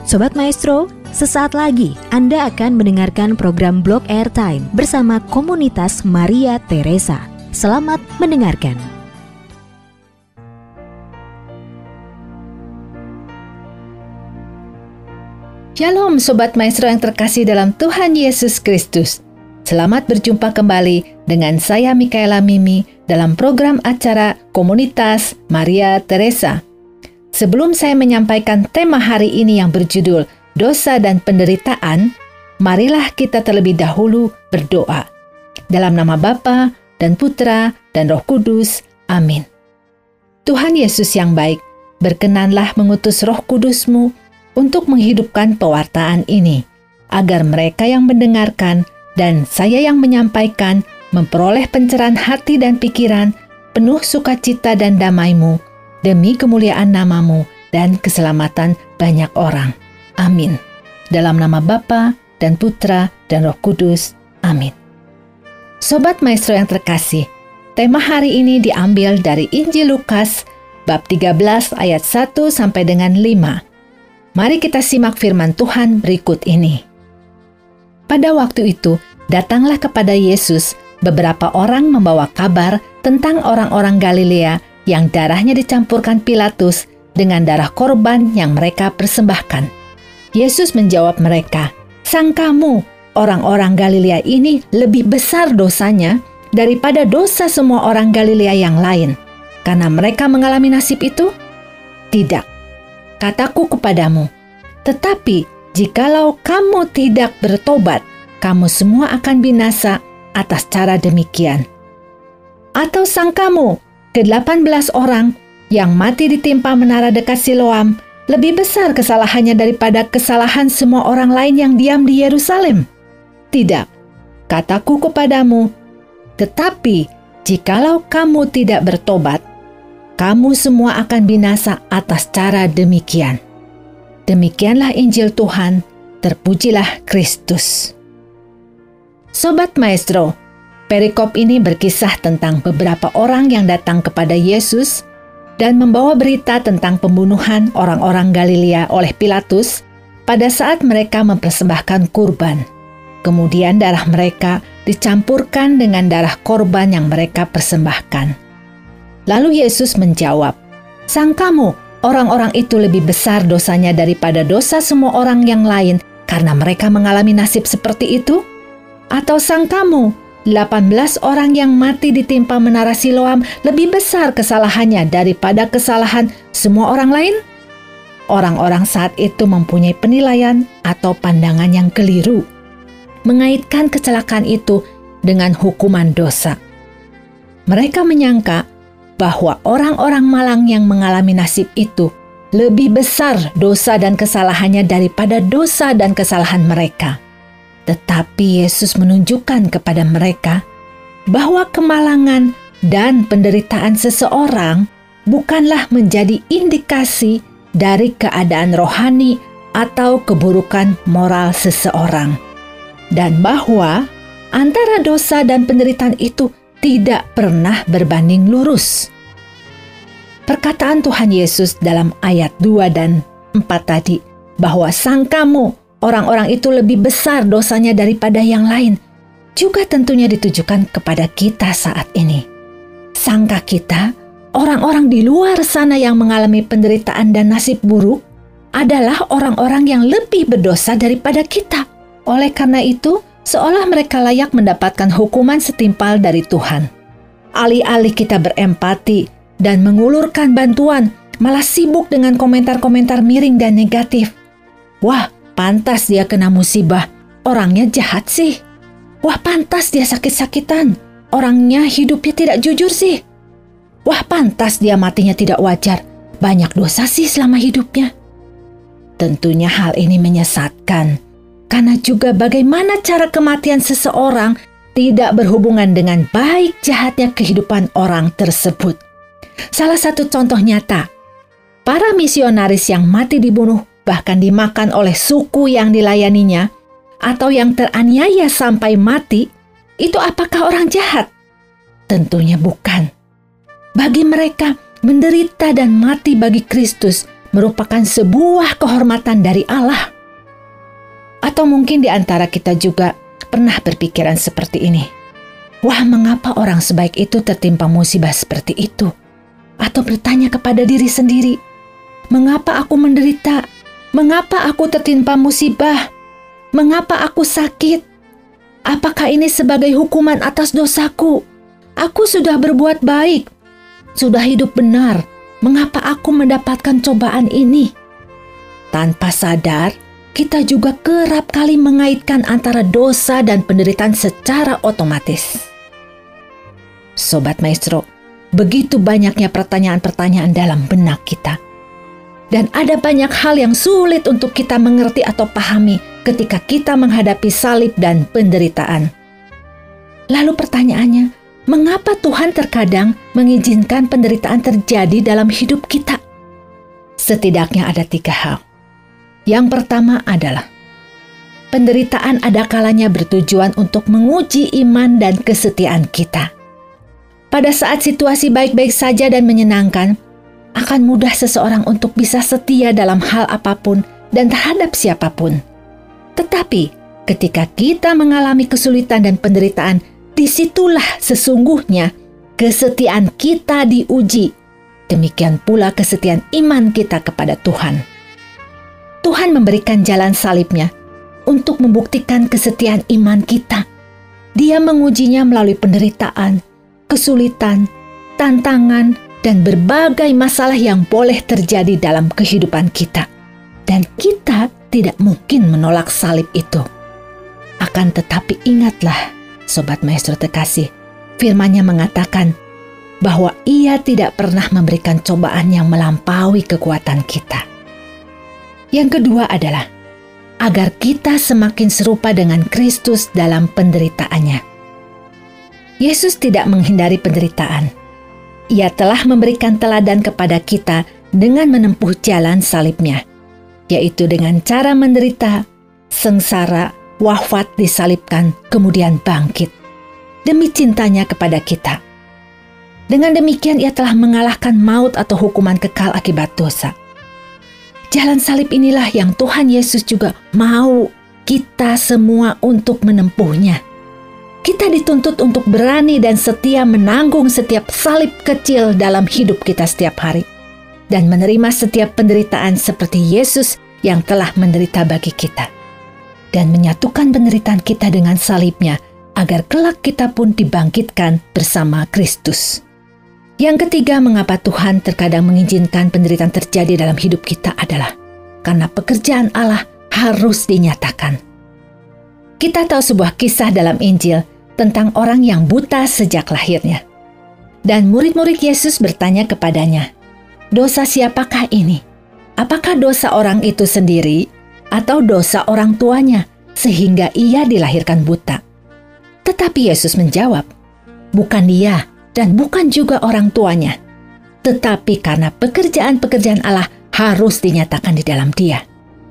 Sobat Maestro, sesaat lagi Anda akan mendengarkan program Blog Airtime bersama komunitas Maria Teresa. Selamat mendengarkan. Shalom Sobat Maestro yang terkasih dalam Tuhan Yesus Kristus. Selamat berjumpa kembali dengan saya Mikaela Mimi dalam program acara Komunitas Maria Teresa. Sebelum saya menyampaikan tema hari ini yang berjudul Dosa dan Penderitaan, marilah kita terlebih dahulu berdoa. Dalam nama Bapa dan Putra dan Roh Kudus. Amin. Tuhan Yesus yang baik, berkenanlah mengutus Roh Kudus-Mu untuk menghidupkan pewartaan ini, agar mereka yang mendengarkan dan saya yang menyampaikan memperoleh pencerahan hati dan pikiran, penuh sukacita dan damai-Mu, demi kemuliaan nama-Mu dan keselamatan banyak orang. Amin. Dalam nama Bapa dan Putra dan Roh Kudus. Amin. Sobat Maestro yang terkasih, tema hari ini diambil dari Injil Lukas bab 13 ayat 1 sampai dengan 5. Mari kita simak firman Tuhan berikut ini. Pada waktu itu, datanglah kepada Yesus beberapa orang membawa kabar tentang orang-orang Galilea yang darahnya dicampurkan Pilatus dengan darah korban yang mereka persembahkan. Yesus menjawab mereka, "Sangkamu orang-orang Galilea ini lebih besar dosanya daripada dosa semua orang Galilea yang lain, karena mereka mengalami nasib itu? Tidak, kataku kepadamu, tetapi jikalau kamu tidak bertobat, kamu semua akan binasa atas cara demikian. Atau sangkamu ke-18 orang yang mati ditimpa menara dekat Siloam lebih besar kesalahannya daripada kesalahan semua orang lain yang diam di Yerusalem? Tidak, kataku kepadamu, tetapi jikalau kamu tidak bertobat, kamu semua akan binasa atas cara demikian." Demikianlah Injil Tuhan, terpujilah Kristus. Sobat Maestro, perikop ini berkisah tentang beberapa orang yang datang kepada Yesus dan membawa berita tentang pembunuhan orang-orang Galilea oleh Pilatus pada saat mereka mempersembahkan kurban. Kemudian darah mereka dicampurkan dengan darah korban yang mereka persembahkan. Lalu Yesus menjawab, "Sangkamu orang-orang itu lebih besar dosanya daripada dosa semua orang yang lain karena mereka mengalami nasib seperti itu? Atau sangkamu 18 orang yang mati ditimpa menara Siloam lebih besar kesalahannya daripada kesalahan semua orang lain?" Orang-orang saat itu mempunyai penilaian atau pandangan yang keliru, mengaitkan kecelakaan itu dengan hukuman dosa. Mereka menyangka bahwa orang-orang malang yang mengalami nasib itu lebih besar dosa dan kesalahannya daripada dosa dan kesalahan mereka. Tetapi Yesus menunjukkan kepada mereka bahwa kemalangan dan penderitaan seseorang bukanlah menjadi indikasi dari keadaan rohani atau keburukan moral seseorang, dan bahwa antara dosa dan penderitaan itu tidak pernah berbanding lurus. Perkataan Tuhan Yesus dalam ayat 2 dan 4 tadi, bahwa sangkamu orang-orang itu lebih besar dosanya daripada yang lain, juga tentunya ditujukan kepada kita saat ini. Sangka kita, orang-orang di luar sana yang mengalami penderitaan dan nasib buruk adalah orang-orang yang lebih berdosa daripada kita. Oleh karena itu, seolah mereka layak mendapatkan hukuman setimpal dari Tuhan. Alih-alih kita berempati dan mengulurkan bantuan, malah sibuk dengan komentar-komentar miring dan negatif. "Wah, pantas dia kena musibah, orangnya jahat sih. Wah, pantas dia sakit-sakitan, orangnya hidupnya tidak jujur sih. Wah, pantas dia matinya tidak wajar, banyak dosa sih selama hidupnya." Tentunya hal ini menyesatkan, karena juga bagaimana cara kematian seseorang tidak berhubungan dengan baik jahatnya kehidupan orang tersebut. Salah satu contoh nyata, para misionaris yang mati dibunuh bahkan dimakan oleh suku yang dilayaninya, atau yang teraniaya sampai mati, itu apakah orang jahat? Tentunya bukan. Bagi mereka, menderita dan mati bagi Kristus merupakan sebuah kehormatan dari Allah. Atau mungkin di antara kita juga pernah berpikiran seperti ini. Wah, mengapa orang sebaik itu tertimpa musibah seperti itu? Atau bertanya kepada diri sendiri, mengapa aku menderita? Mengapa aku tertimpa musibah? Mengapa aku sakit? Apakah ini sebagai hukuman atas dosaku? Aku sudah berbuat baik, sudah hidup benar. Mengapa aku mendapatkan cobaan ini? Tanpa sadar, kita juga kerap kali mengaitkan antara dosa dan penderitaan secara otomatis. Sobat Maestro, begitu banyaknya pertanyaan-pertanyaan dalam benak kita. Dan ada banyak hal yang sulit untuk kita mengerti atau pahami ketika kita menghadapi salib dan penderitaan. Lalu pertanyaannya, mengapa Tuhan terkadang mengizinkan penderitaan terjadi dalam hidup kita? Setidaknya ada 3 hal. Yang pertama adalah, penderitaan ada kalanya bertujuan untuk menguji iman dan kesetiaan kita. Pada saat situasi baik-baik saja dan menyenangkan, akan mudah seseorang untuk bisa setia dalam hal apapun dan terhadap siapapun. Tetapi ketika kita mengalami kesulitan dan penderitaan, disitulah sesungguhnya kesetiaan kita diuji. Demikian pula kesetiaan iman kita kepada Tuhan. Tuhan memberikan jalan salibnya untuk membuktikan kesetiaan iman kita. Dia mengujinya melalui penderitaan, kesulitan, tantangan, dan berbagai masalah yang boleh terjadi dalam kehidupan kita. Dan kita tidak mungkin menolak salib itu. Akan tetapi ingatlah, Sobat Maestro terkasih, firman-Nya mengatakan bahwa Ia tidak pernah memberikan cobaan yang melampaui kekuatan kita. Yang kedua adalah agar kita semakin serupa dengan Kristus dalam penderitaannya. Yesus tidak menghindari penderitaan. Ia telah memberikan teladan kepada kita dengan menempuh jalan salib-Nya, yaitu dengan cara menderita, sengsara, wafat, disalibkan, kemudian bangkit, demi cintanya kepada kita. Dengan demikian Ia telah mengalahkan maut atau hukuman kekal akibat dosa. Jalan salib inilah yang Tuhan Yesus juga mau kita semua untuk menempuhnya. Kita dituntut untuk berani dan setia menanggung setiap salib kecil dalam hidup kita setiap hari, dan menerima setiap penderitaan seperti Yesus yang telah menderita bagi kita, dan menyatukan penderitaan kita dengan salib-Nya agar kelak kita pun dibangkitkan bersama Kristus. Yang ketiga, mengapa Tuhan terkadang mengizinkan penderitaan terjadi dalam hidup kita adalah karena pekerjaan Allah harus dinyatakan. Kita tahu sebuah kisah dalam Injil tentang orang yang buta sejak lahirnya. Dan murid-murid Yesus bertanya kepadanya, dosa siapakah ini? Apakah dosa orang itu sendiri atau dosa orang tuanya sehingga ia dilahirkan buta? Tetapi Yesus menjawab, bukan dia dan bukan juga orang tuanya, tetapi karena pekerjaan-pekerjaan Allah harus dinyatakan di dalam dia.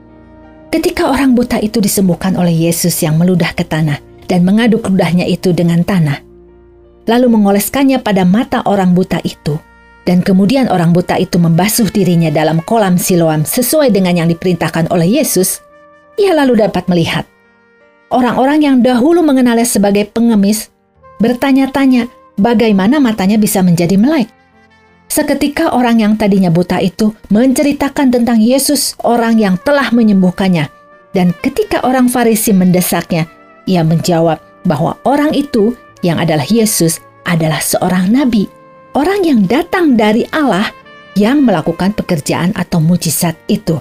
Ketika orang buta itu disembuhkan oleh Yesus yang meludah ke tanah dan mengaduk ludahnya itu dengan tanah, lalu mengoleskannya pada mata orang buta itu, dan kemudian orang buta itu membasuh dirinya dalam kolam Siloam sesuai dengan yang diperintahkan oleh Yesus, ia lalu dapat melihat. Orang-orang yang dahulu mengenalnya sebagai pengemis bertanya-tanya bagaimana matanya bisa menjadi melek. Seketika orang yang tadinya buta itu menceritakan tentang Yesus, orang yang telah menyembuhkannya. Dan ketika orang Farisi mendesaknya, ia menjawab bahwa orang itu yang adalah Yesus adalah seorang nabi, orang yang datang dari Allah yang melakukan pekerjaan atau mujizat itu.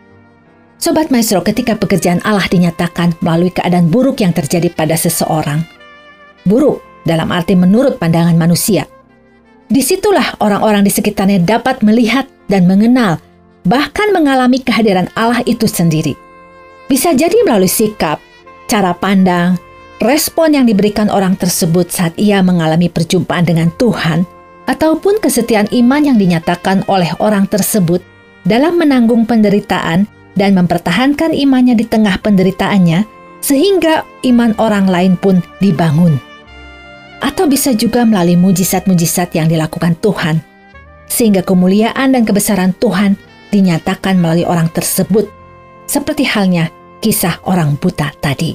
Sobat Maestro, ketika pekerjaan Allah dinyatakan melalui keadaan buruk yang terjadi pada seseorang, buruk dalam arti menurut pandangan manusia, disitulah orang-orang di sekitarnya dapat melihat dan mengenal, bahkan mengalami kehadiran Allah itu sendiri. Bisa jadi melalui sikap, cara pandang, respon yang diberikan orang tersebut saat ia mengalami perjumpaan dengan Tuhan, ataupun kesetiaan iman yang dinyatakan oleh orang tersebut dalam menanggung penderitaan dan mempertahankan imannya di tengah penderitaannya, sehingga iman orang lain pun dibangun. Atau bisa juga melalui mujizat-mujizat yang dilakukan Tuhan, sehingga kemuliaan dan kebesaran Tuhan dinyatakan melalui orang tersebut, seperti halnya kisah orang buta tadi.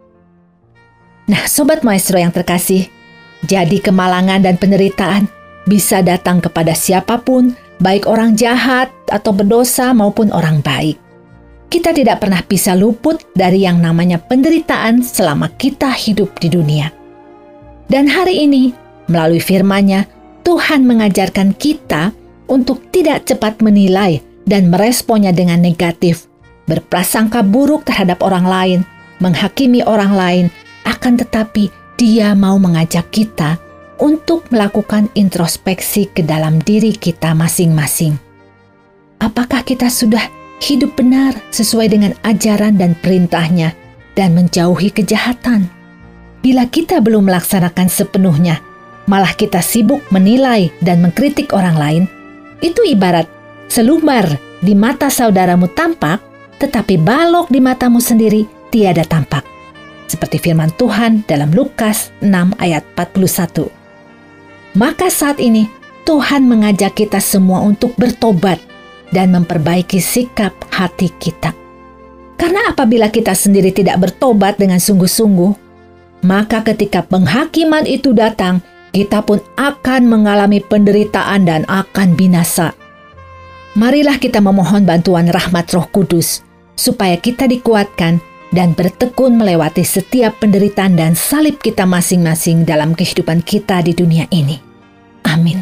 Nah, Sobat Maestro yang terkasih, jadi kemalangan dan penderitaan bisa datang kepada siapapun, baik orang jahat atau berdosa maupun orang baik. Kita tidak pernah bisa luput dari yang namanya penderitaan selama kita hidup di dunia. Dan hari ini, melalui firman-Nya, Tuhan mengajarkan kita untuk tidak cepat menilai dan meresponnya dengan negatif, berprasangka buruk terhadap orang lain, menghakimi orang lain, akan tetapi Dia mau mengajak kita untuk melakukan introspeksi ke dalam diri kita masing-masing. Apakah kita sudah hidup benar sesuai dengan ajaran dan perintah-Nya dan menjauhi kejahatan? Bila kita belum melaksanakan sepenuhnya, malah kita sibuk menilai dan mengkritik orang lain, itu ibarat selumbar di mata saudaramu tampak, tetapi balok di matamu sendiri tiada tampak. Seperti firman Tuhan dalam Lukas 6 ayat 41. Maka saat ini Tuhan mengajak kita semua untuk bertobat dan memperbaiki sikap hati kita. Karena apabila kita sendiri tidak bertobat dengan sungguh-sungguh, maka ketika penghakiman itu datang, kita pun akan mengalami penderitaan dan akan binasa. Marilah kita memohon bantuan rahmat Roh Kudus, supaya kita dikuatkan dan bertekun melewati setiap penderitaan dan salib kita masing-masing dalam kehidupan kita di dunia ini. Amin.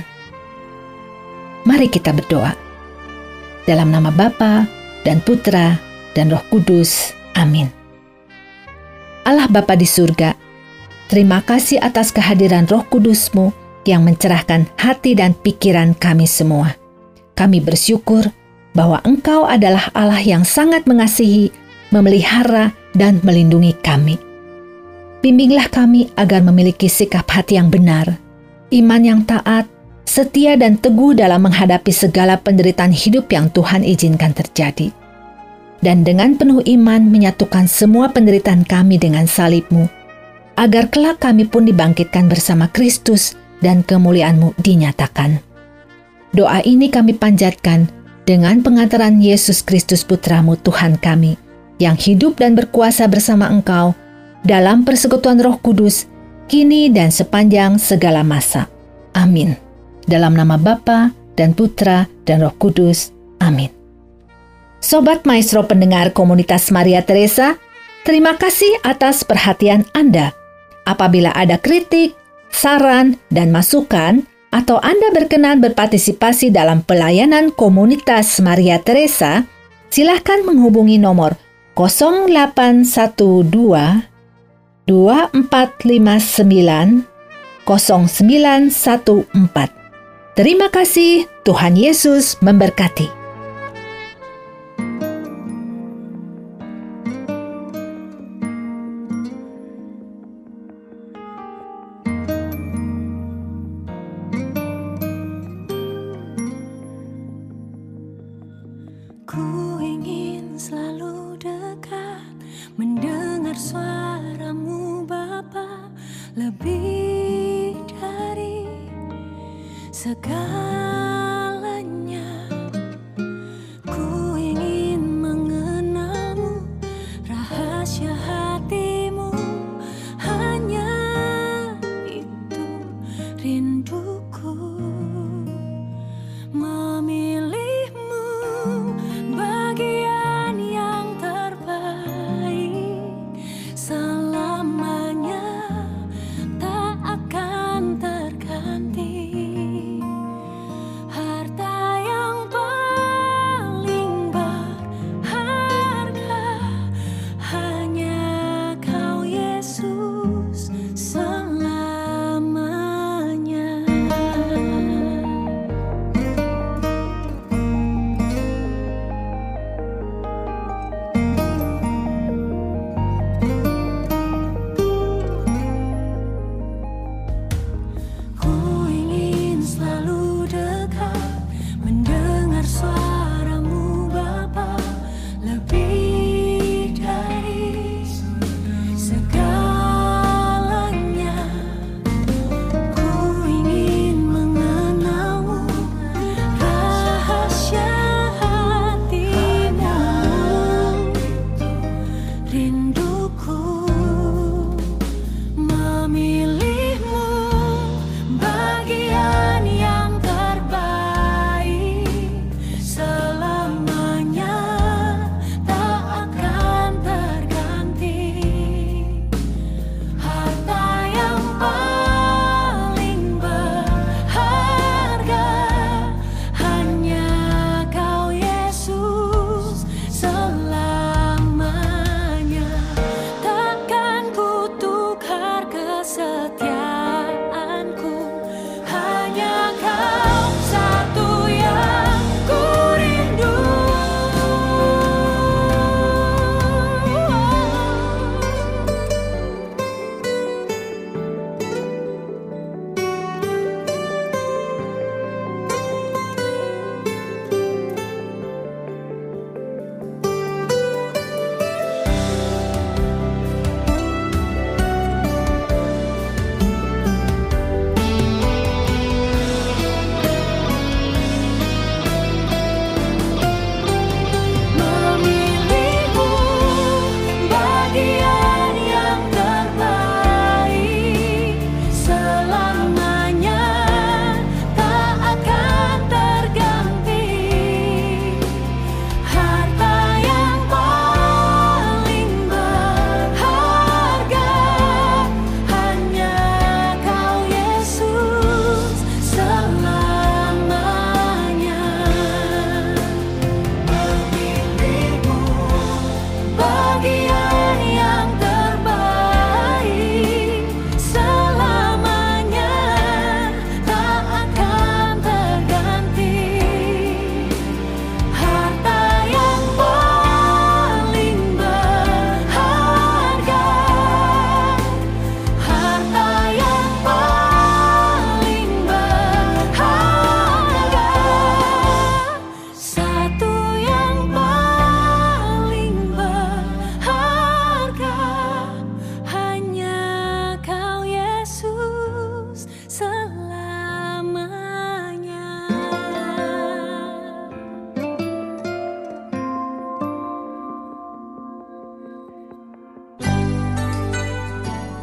Mari kita berdoa. Dalam nama Bapa dan Putra dan Roh Kudus. Amin. Allah Bapa di surga, terima kasih atas kehadiran Roh Kudus-Mu yang mencerahkan hati dan pikiran kami semua. Kami bersyukur bahwa Engkau adalah Allah yang sangat mengasihi, memelihara, dan melindungi kami. Bimbinglah kami agar memiliki sikap hati yang benar, iman yang taat, setia dan teguh dalam menghadapi segala penderitaan hidup yang Tuhan izinkan terjadi. Dan dengan penuh iman menyatukan semua penderitaan kami dengan salib-Mu, agar kelak kami pun dibangkitkan bersama Kristus dan kemuliaan-Mu dinyatakan. Doa ini kami panjatkan dengan pengantaran Yesus Kristus Putra-Mu Tuhan kami, yang hidup dan berkuasa bersama Engkau dalam persekutuan Roh Kudus, kini dan sepanjang segala masa. Amin. Dalam nama Bapa dan Putra dan Roh Kudus. Amin. Sobat Maestro pendengar komunitas Maria Teresa, terima kasih atas perhatian Anda. Apabila ada kritik, saran, dan masukan, atau Anda berkenan berpartisipasi dalam pelayanan komunitas Maria Teresa, silakan menghubungi nomor 0812 2459 0914. Terima kasih, Tuhan Yesus memberkati. Ku ingin selalu dekat, mendengar suara-Mu Bapa, lebih dari segalanya. Ku ingin mengenal-Mu, rahasia hati-Mu, hanya itu rinduku. Memilih-Mu bagian yang terbaik, selamanya tak akan terganti.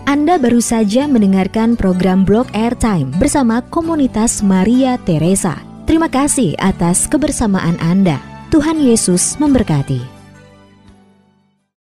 Anda baru saja mendengarkan program Blog Airtime bersama komunitas Maria Teresa. Terima kasih atas kebersamaan Anda. Tuhan Yesus memberkati.